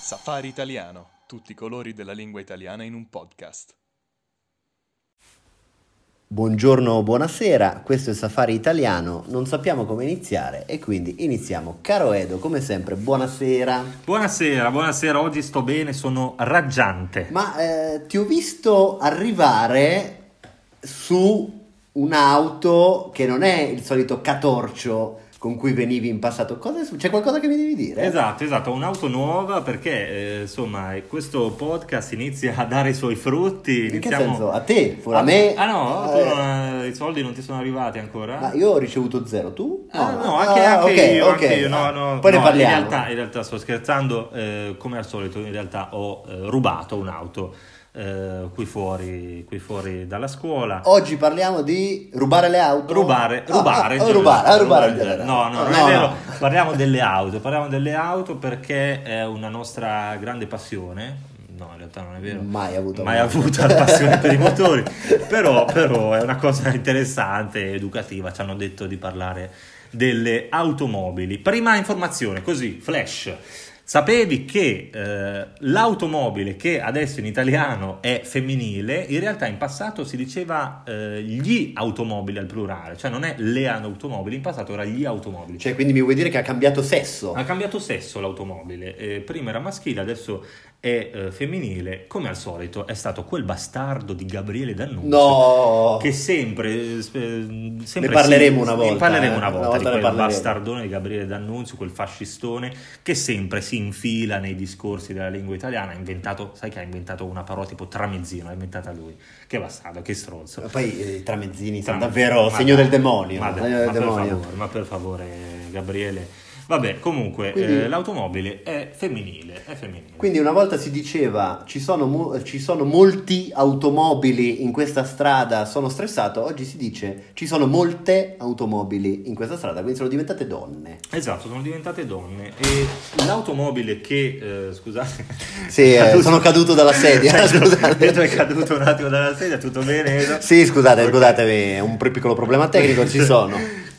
Safari Italiano, tutti i colori della lingua italiana in un podcast. Buongiorno, buonasera, questo è Safari Italiano, non sappiamo come iniziare e quindi iniziamo. Caro Edo, come sempre, buonasera. Buonasera, oggi sto bene, sono raggiante. Ma ti ho visto arrivare su un'auto che non è il solito catorcio con cui venivi in passato. C'è qualcosa che mi devi dire? Esatto, un'auto nuova perché questo podcast inizia a dare i suoi frutti. In che senso? A te? A me? Ah no, i soldi non ti sono arrivati ancora? Ma io ho ricevuto 0, tu? Anche io. No, poi ne parliamo. In realtà sto scherzando, come al solito in realtà ho rubato un'auto qui fuori dalla scuola. Oggi parliamo di rubare le auto. Rubare. No, non è vero. Parliamo delle auto perché è una nostra grande passione. No, in realtà non è vero. Mai avuto la passione per i motori. Però è una cosa interessante, educativa. Ci hanno detto di parlare delle automobili. Prima informazione, così, flash. Sapevi che l'automobile, che adesso in italiano è femminile, in realtà in passato si diceva gli automobili al plurale, cioè non è le automobili, in passato era gli automobili. Cioè, quindi mi vuoi dire che ha cambiato sesso? Ha cambiato sesso l'automobile, prima era maschile, adesso è femminile. Come al solito è stato quel bastardo di Gabriele D'Annunzio, che sempre ne parleremo una volta. Ne parleremo una volta di quel bastardone di Gabriele D'Annunzio, quel fascistone che sempre si infila nei discorsi della lingua italiana. Sai che ha inventato una parola tipo tramezzino, l'ha inventata lui. Che bastardo, che stronzo. Poi i tramezzini sono davvero segno del demonio. Ma per favore, Gabriele. Vabbè, comunque, quindi, l'automobile è femminile. Quindi una volta si diceva ci sono molti automobili in questa strada, sono stressato. Oggi si dice ci sono molte automobili in questa strada, quindi sono diventate donne. Esatto, sono diventate donne. E l'automobile che, scusate... Sì, sono caduto dalla sedia. Scusate. È caduto un attimo dalla sedia, tutto bene? Edo? Sì, scusate, un piccolo problema tecnico, ci sono.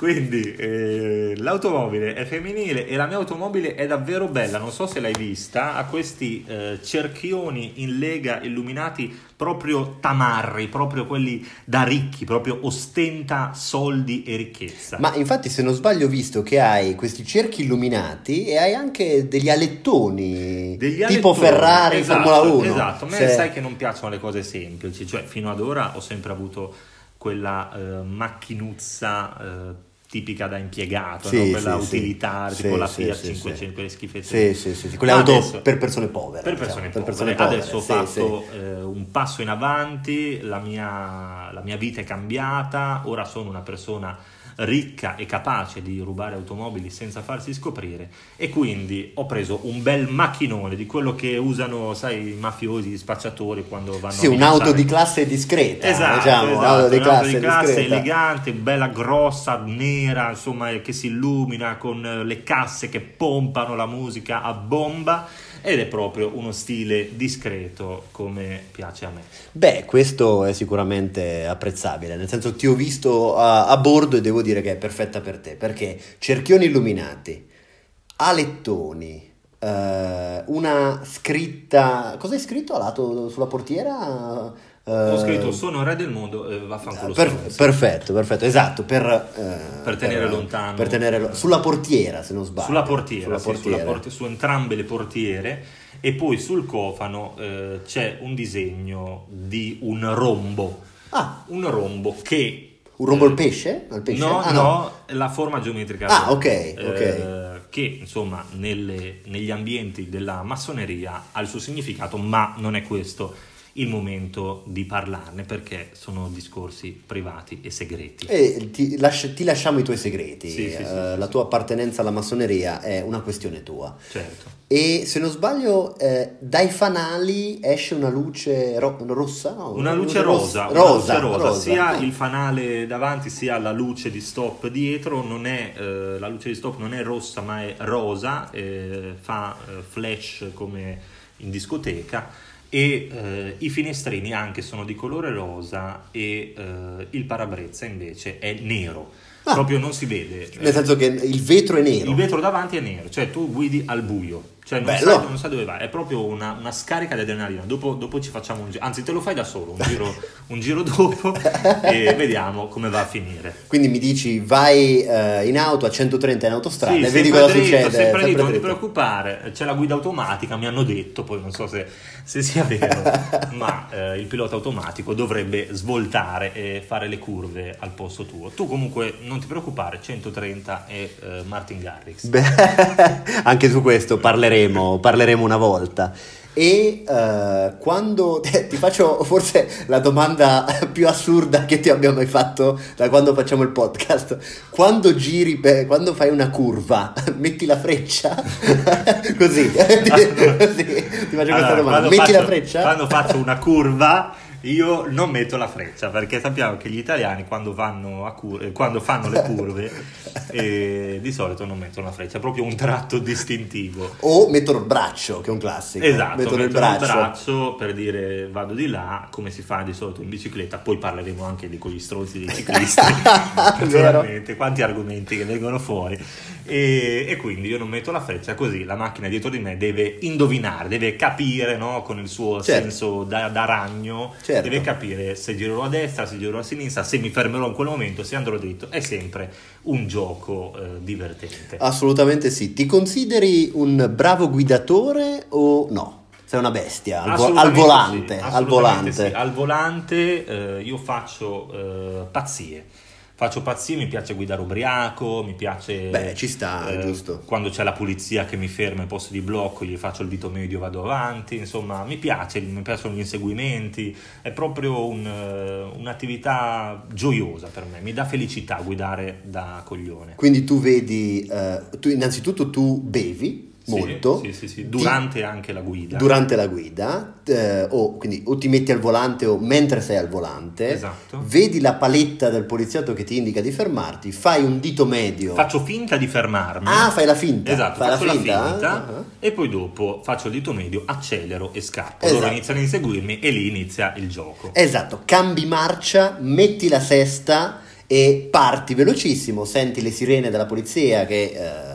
Quindi l'automobile è femminile e la mia automobile è davvero bella, non so se l'hai vista, ha questi cerchioni in lega illuminati proprio tamarri, proprio quelli da ricchi, proprio ostenta soldi e ricchezza. Ma infatti, se non sbaglio, ho visto che hai questi cerchi illuminati e hai anche degli alettoni, tipo Ferrari, esatto, Formula 1. Esatto, a me sai che non piacciono le cose semplici, cioè fino ad ora ho sempre avuto quella macchinuzza tipica da impiegato, no? Quella utilitaria, tipo la Fiat 500, quelle schifezze. Sì, quelle auto per persone povere. Per persone povere. Adesso ho fatto un passo in avanti, la mia vita è cambiata, ora sono una persona ricca e capace di rubare automobili senza farsi scoprire, e quindi ho preso un bel macchinone di quello che usano, sai, i mafiosi, gli spacciatori quando vanno a un'auto di classe discreta, esatto, un'auto di classe discreta, elegante, bella grossa, nera, insomma, che si illumina con le casse che pompano la musica a bomba. Ed è proprio uno stile discreto come piace a me. Beh, questo è sicuramente apprezzabile, nel senso, ti ho visto a bordo e devo dire che è perfetta per te, perché cerchioni illuminati, alettoni, una scritta, cosa hai scritto a lato sulla portiera? Ho scritto sono re del mondo, vaffanculo. Perfetto, esatto, per tenere lontano. Sulla portiera, se non sbaglio. Sulla portiera, su entrambe le portiere, e poi sul cofano c'è un disegno di un rombo. Un rombo che... Un rombo al pesce? No, la forma geometrica. Ok. Che insomma negli ambienti della massoneria ha il suo significato, ma non è questo il momento di parlarne, perché sono discorsi privati e segreti. E ti lasciamo i tuoi segreti. Sì, la tua appartenenza alla massoneria è una questione tua. Certo. E se non sbaglio, dai fanali esce una luce rossa? No? Una luce rosa. Sia il fanale davanti sia la luce di stop dietro. La luce di stop non è rossa, ma è rosa, fa flash come in discoteca. E i finestrini anche sono di colore rosa e il parabrezza invece è nero. Proprio non si vede. Nel senso che il vetro è nero. Il vetro davanti è nero, cioè tu guidi al buio. Cioè Bello. non sai dove vai, è proprio una scarica di adrenalina. Dopo ci facciamo un giro, anzi te lo fai da solo, un giro dopo e vediamo come va a finire. Quindi mi dici vai in auto a 130 in autostrada Sì, e vedi sempre cosa dritto, succede. sempre dritto, non ti dritto. preoccupare, c'è la guida automatica, mi hanno detto, poi non so se sia vero, ma il pilota automatico dovrebbe svoltare e fare le curve al posto tuo. Tu comunque non ti preoccupare, 130 e Martin Garrix. Beh, anche su questo parleremo una volta. E quando ti faccio forse la domanda più assurda che ti abbia mai fatto da quando facciamo il podcast: quando quando fai una curva metti la freccia? Così, così ti faccio questa domanda: metti la freccia? Quando faccio una curva io non metto la freccia, perché sappiamo che gli italiani quando fanno le curve di solito non mettono la freccia, è proprio un tratto distintivo. O mettono il braccio, che è un classico. Esatto, mettono il braccio per dire vado di là, come si fa di solito in bicicletta. Poi parleremo anche di quegli stronzi dei ciclisti, naturalmente, quanti argomenti che vengono fuori. E quindi io non metto la freccia, così la macchina dietro di me deve indovinare, deve capire, no? Con il suo senso da ragno, deve capire se girerò a destra, se girerò a sinistra, se mi fermerò in quel momento, se andrò dritto. È sempre un gioco divertente. Assolutamente sì. Ti consideri un bravo guidatore o no? Sei una bestia al volante. Sì, al volante. Sì. Al volante io faccio pazzie. Mi piace guidare ubriaco, mi piace... Beh, ci sta, giusto. Quando c'è la polizia che mi ferma in posto di blocco, gli faccio il dito medio, vado avanti, insomma, mi piacciono gli inseguimenti, è proprio un'attività gioiosa per me, mi dà felicità guidare da coglione. Quindi tu vedi, innanzitutto tu bevi molto. Sì, durante anche la guida. Durante la guida, quindi o ti metti al volante o mentre sei al volante, esatto. Vedi la paletta del poliziotto che ti indica di fermarti, fai un dito medio. Faccio finta di fermarmi. Ah, fai la finta. Esatto, faccio la finta Uh-huh. e poi dopo faccio il dito medio, accelero e scappo. Esatto. Loro iniziano a inseguirmi e lì inizia il gioco. Esatto, cambi marcia, metti la sesta e parti velocissimo, senti le sirene della polizia che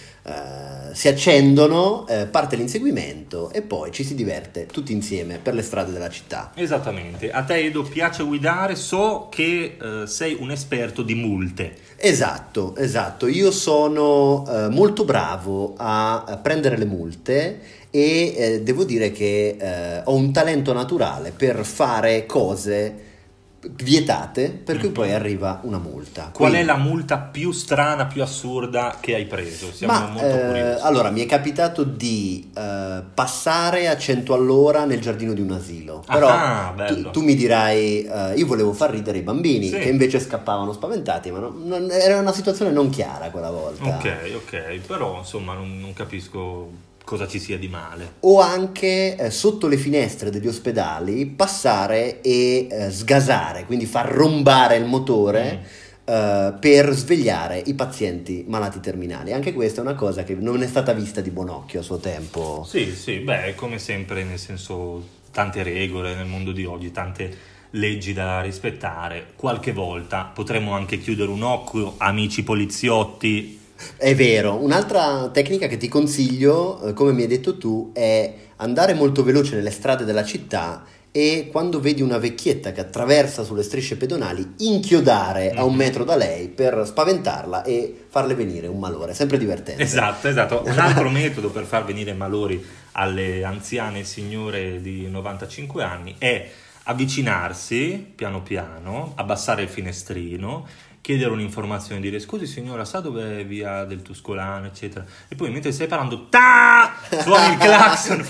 si accendono, parte l'inseguimento e poi ci si diverte tutti insieme per le strade della città. Esattamente. A te, Edo, piace guidare, so che sei un esperto di multe. Esatto, io sono molto bravo a prendere le multe e devo dire che ho un talento naturale per fare cose vietate, per cui poi arriva una multa. Qual è la multa più strana, più assurda che hai preso? Siamo molto curiosi. Allora, mi è capitato di passare a 100 all'ora nel giardino di un asilo. Però tu mi dirai, io volevo far ridere i bambini, che invece scappavano spaventati, ma era una situazione non chiara quella volta. Ok, però insomma non capisco cosa ci sia di male. O anche sotto le finestre degli ospedali passare e sgasare, quindi far rombare il motore per svegliare i pazienti malati terminali. Anche questa è una cosa che non è stata vista di buon occhio a suo tempo. Sì, beh, come sempre, nel senso, tante regole nel mondo di oggi, tante leggi da rispettare. Qualche volta potremmo anche chiudere un occhio, amici poliziotti. È vero, un'altra tecnica che ti consiglio, come mi hai detto tu, è andare molto veloce nelle strade della città e quando vedi una vecchietta che attraversa sulle strisce pedonali, inchiodare a 1 metro da lei per spaventarla e farle venire un malore, sempre divertente. Esatto. Un altro metodo per far venire malori alle anziane signore di 95 anni è avvicinarsi piano piano, abbassare il finestrino, chiedere un'informazione, dire scusi signora, sa dov'è via del Tuscolano, eccetera, e poi mentre stai parlando suona il clacson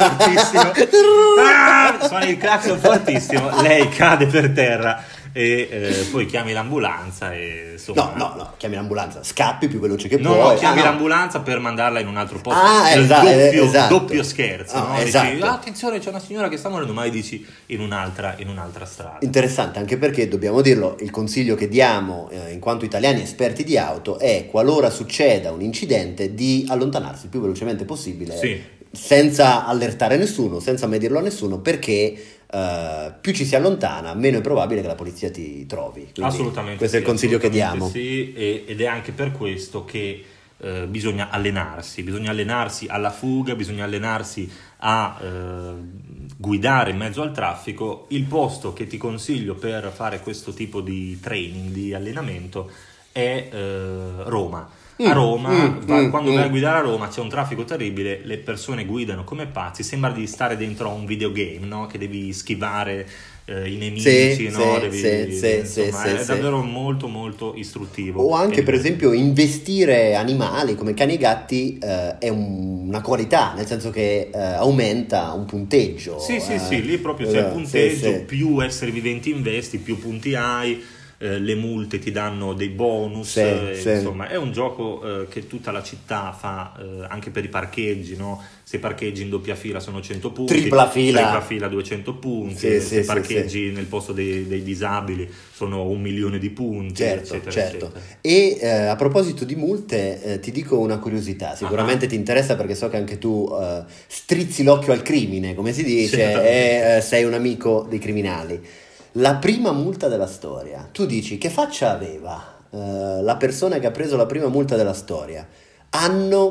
fortissimo, lei cade per terra e poi chiami l'ambulanza e insomma... No, chiami l'ambulanza, scappi più veloce che puoi. No, chiami l'ambulanza per mandarla in un altro posto. Esatto. Doppio scherzo, no? Esatto. Dici, attenzione, c'è una signora che sta morendo, ma dici in un'altra strada. Interessante, anche perché dobbiamo dirlo, il consiglio che diamo in quanto italiani esperti di auto è, qualora succeda un incidente, di allontanarsi il più velocemente possibile, senza allertare nessuno, senza medirlo a nessuno, perché più ci si allontana, meno è probabile che la polizia ti trovi. Quindi assolutamente questo è il consiglio che diamo. Sì, ed è anche per questo che bisogna allenarsi alla fuga, bisogna allenarsi a guidare in mezzo al traffico. Il posto che ti consiglio per fare questo tipo di training, di allenamento, è Roma. A Roma, quando vai a guidare a Roma c'è un traffico terribile, le persone guidano come pazzi, sembra di stare dentro a un videogame, no? Che devi schivare i nemici, no? È davvero molto molto istruttivo. O anche per esempio investire animali come cani e gatti è una qualità, nel senso che aumenta un punteggio. Sì, lì proprio c'è il punteggio, più esseri viventi investi, più punti hai. Le multe ti danno dei bonus, insomma è un gioco che tutta la città fa, anche per i parcheggi, no? Se parcheggi in doppia fila sono 100 punti, tripla fila 200 punti, se parcheggi nel posto dei disabili sono 1 milione di punti, certo. eccetera. E a proposito di multe, ti dico una curiosità, sicuramente ti interessa perché so che anche tu strizzi l'occhio al crimine, come si dice, e sei un amico dei criminali. La prima multa della storia, tu dici che faccia aveva la persona che ha preso la prima multa della storia? Anno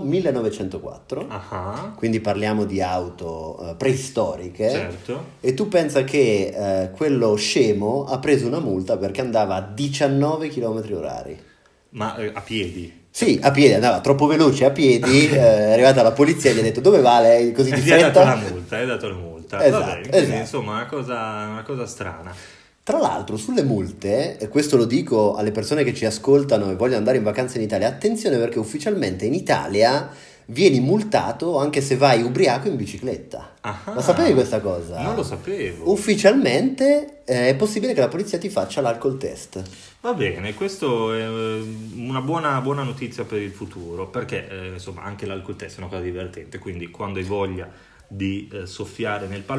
1904, quindi parliamo di auto preistoriche, certo. E tu pensa che quello scemo ha preso una multa perché andava a 19 km orari. Ma a piedi? Sì, a piedi, andava troppo veloce a piedi, è arrivata la polizia e gli ha detto dove va lei così di fretta? Hai dato la multa. Esatto, Vabbè, insomma è una cosa strana. Tra l'altro sulle multe, e questo lo dico alle persone che ci ascoltano e vogliono andare in vacanza in Italia, attenzione perché ufficialmente in Italia vieni multato anche se vai ubriaco in bicicletta. La sapevi questa cosa? Non lo sapevo. Ufficialmente è possibile che la polizia ti faccia l'alcol test. Va bene, questo è una buona notizia per il futuro, perché insomma anche l'alcol test è una cosa divertente, quindi quando hai voglia di soffiare nel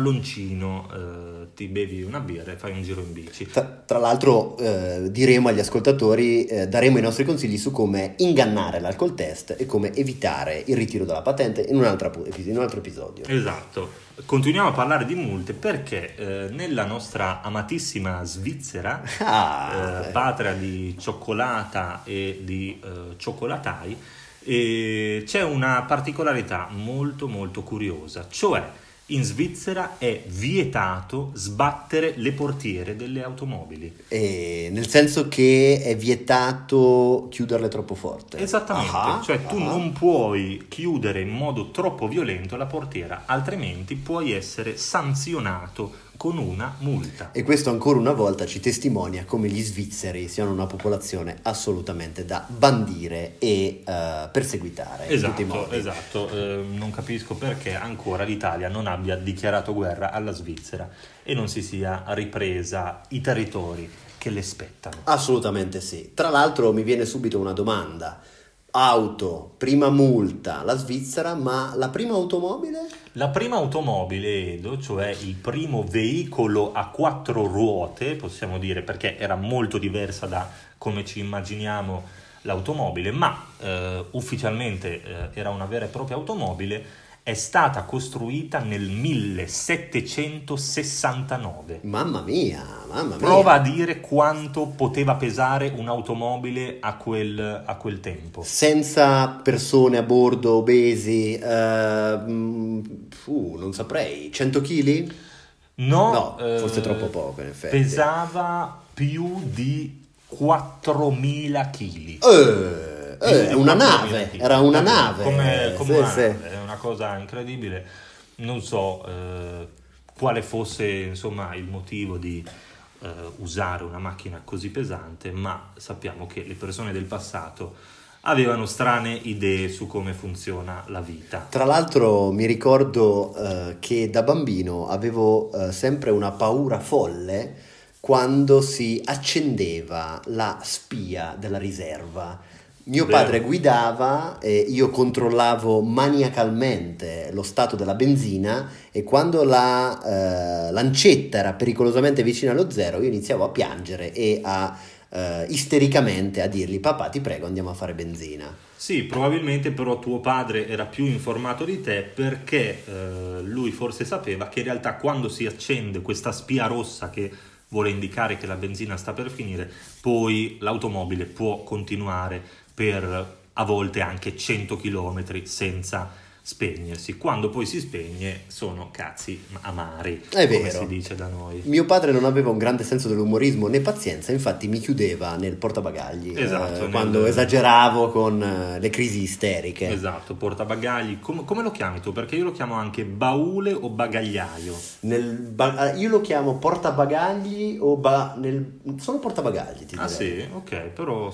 palloncino ti bevi una birra e fai un giro in bici. Tra l'altro diremo agli ascoltatori, daremo i nostri consigli su come ingannare l'alcol test e come evitare il ritiro della patente in un altro episodio. Esatto. Continuiamo a parlare di multe perché nella nostra amatissima Svizzera, patria di cioccolata e di cioccolatai, e c'è una particolarità molto molto curiosa, cioè in Svizzera è vietato sbattere le portiere delle automobili. Nel senso che è vietato chiuderle troppo forte. Esattamente, cioè tu non puoi chiudere in modo troppo violento la portiera, altrimenti puoi essere sanzionato con una multa. E questo ancora una volta ci testimonia come gli svizzeri siano una popolazione assolutamente da bandire e perseguitare in tutti i modi. Esatto, non capisco perché ancora l'Italia non abbia dichiarato guerra alla Svizzera e non si sia ripresa i territori che le spettano. Assolutamente sì. Tra l'altro mi viene subito una domanda. Auto, prima multa, la Svizzera, ma la prima automobile? La prima automobile, Edo, cioè il primo veicolo a 4 ruote, possiamo dire, perché era molto diversa da come ci immaginiamo l'automobile, ma ufficialmente era una vera e propria automobile, è stata costruita nel 1769. Mamma mia. Prova a dire quanto poteva pesare un'automobile a quel tempo. Senza persone a bordo, obesi, non saprei, 100 kg? No, forse troppo poco in effetti. Pesava più di 4.000 kg. Una nave, era una nave. Come una nave, è una cosa incredibile. Non so quale fosse insomma il motivo di usare una macchina così pesante, ma sappiamo che le persone del passato avevano strane idee su come funziona la vita. Tra l'altro mi ricordo che da bambino avevo sempre una paura folle quando si accendeva la spia della riserva. Mio padre guidava e io controllavo maniacalmente lo stato della benzina e quando la lancetta era pericolosamente vicina allo zero io iniziavo a piangere e istericamente a dirgli: papà, ti prego, andiamo a fare benzina. Sì, probabilmente però tuo padre era più informato di te, perché lui forse sapeva che in realtà quando si accende questa spia rossa che vuole indicare che la benzina sta per finire, poi l'automobile può continuare per a volte anche 100 km senza spegnersi. Quando poi si spegne sono cazzi amari, È come vero. si dice da noi. Mio padre non aveva un grande senso dell'umorismo né pazienza, infatti mi chiudeva nel portabagagli Esatto, quando nel- esageravo con le crisi isteriche. Esatto, portabagagli. Come lo chiami tu? Perché io lo chiamo anche baule o bagagliaio. Io lo chiamo portabagagli o solo portabagagli, ti Ah direi. sì? Ok, però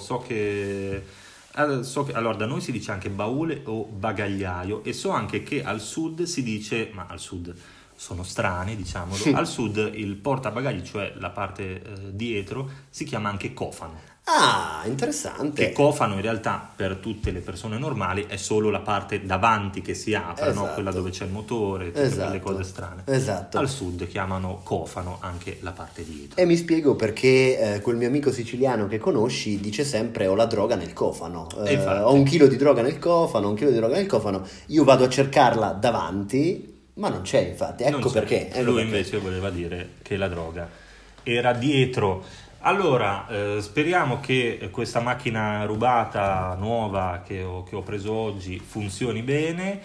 allora da noi si dice anche baule o bagagliaio e so anche che al sud si dice, ma al sud sono strani diciamolo, al sud il portabagagli, cioè la parte dietro, si chiama anche cofano. Ah, interessante. Che cofano in realtà per tutte le persone normali è solo la parte davanti che si apre, no? Esatto. Quella dove c'è il motore, tutte quelle cose strane. Esatto. Al sud chiamano cofano anche la parte dietro. E mi spiego perché quel mio amico siciliano che conosci dice sempre ho la droga nel cofano. E infatti. Ho 1 chilo di droga nel cofano, 1 chilo di droga nel cofano. Io vado a cercarla davanti, ma non c'è infatti. Non Ecco c'è. perché. Ecco Lui perché. invece voleva dire che la droga era dietro. Allora, speriamo che questa macchina rubata nuova che ho preso oggi funzioni bene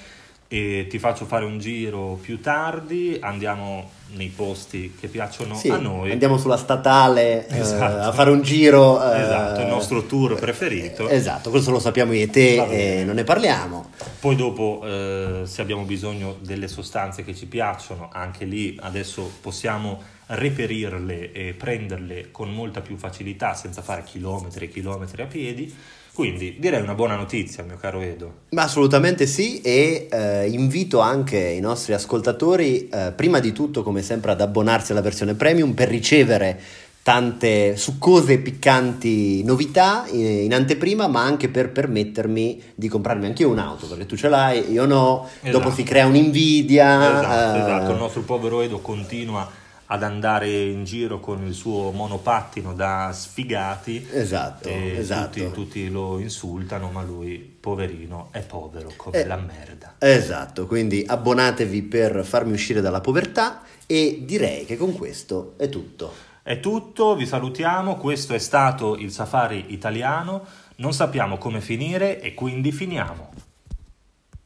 e ti faccio fare un giro più tardi, andiamo nei posti che piacciono Sì, a noi. andiamo sulla statale Esatto. a fare un giro. Esatto, il nostro tour preferito. Esatto, questo lo sappiamo io e te Va bene. e non ne parliamo. Poi dopo, se abbiamo bisogno delle sostanze che ci piacciono, anche lì adesso possiamo reperirle e prenderle con molta più facilità senza fare chilometri e chilometri a piedi. Quindi direi una buona notizia, mio caro Edo. Ma assolutamente sì, e invito anche i nostri ascoltatori, prima di tutto come sempre ad abbonarsi alla versione premium per ricevere tante succose e piccanti novità in anteprima, ma anche per permettermi di comprarmi anche io un'auto, perché tu ce l'hai, io no, Esatto. dopo si crea un'invidia. Esatto, il nostro povero Edo continua ad andare in giro con il suo monopattino da sfigati. Esatto, e esatto. tutti lo insultano, ma lui, poverino, è povero come la merda. Esatto, quindi abbonatevi per farmi uscire dalla povertà e direi che con questo è tutto. È tutto, vi salutiamo, questo è stato il Safari italiano, non sappiamo come finire e quindi finiamo.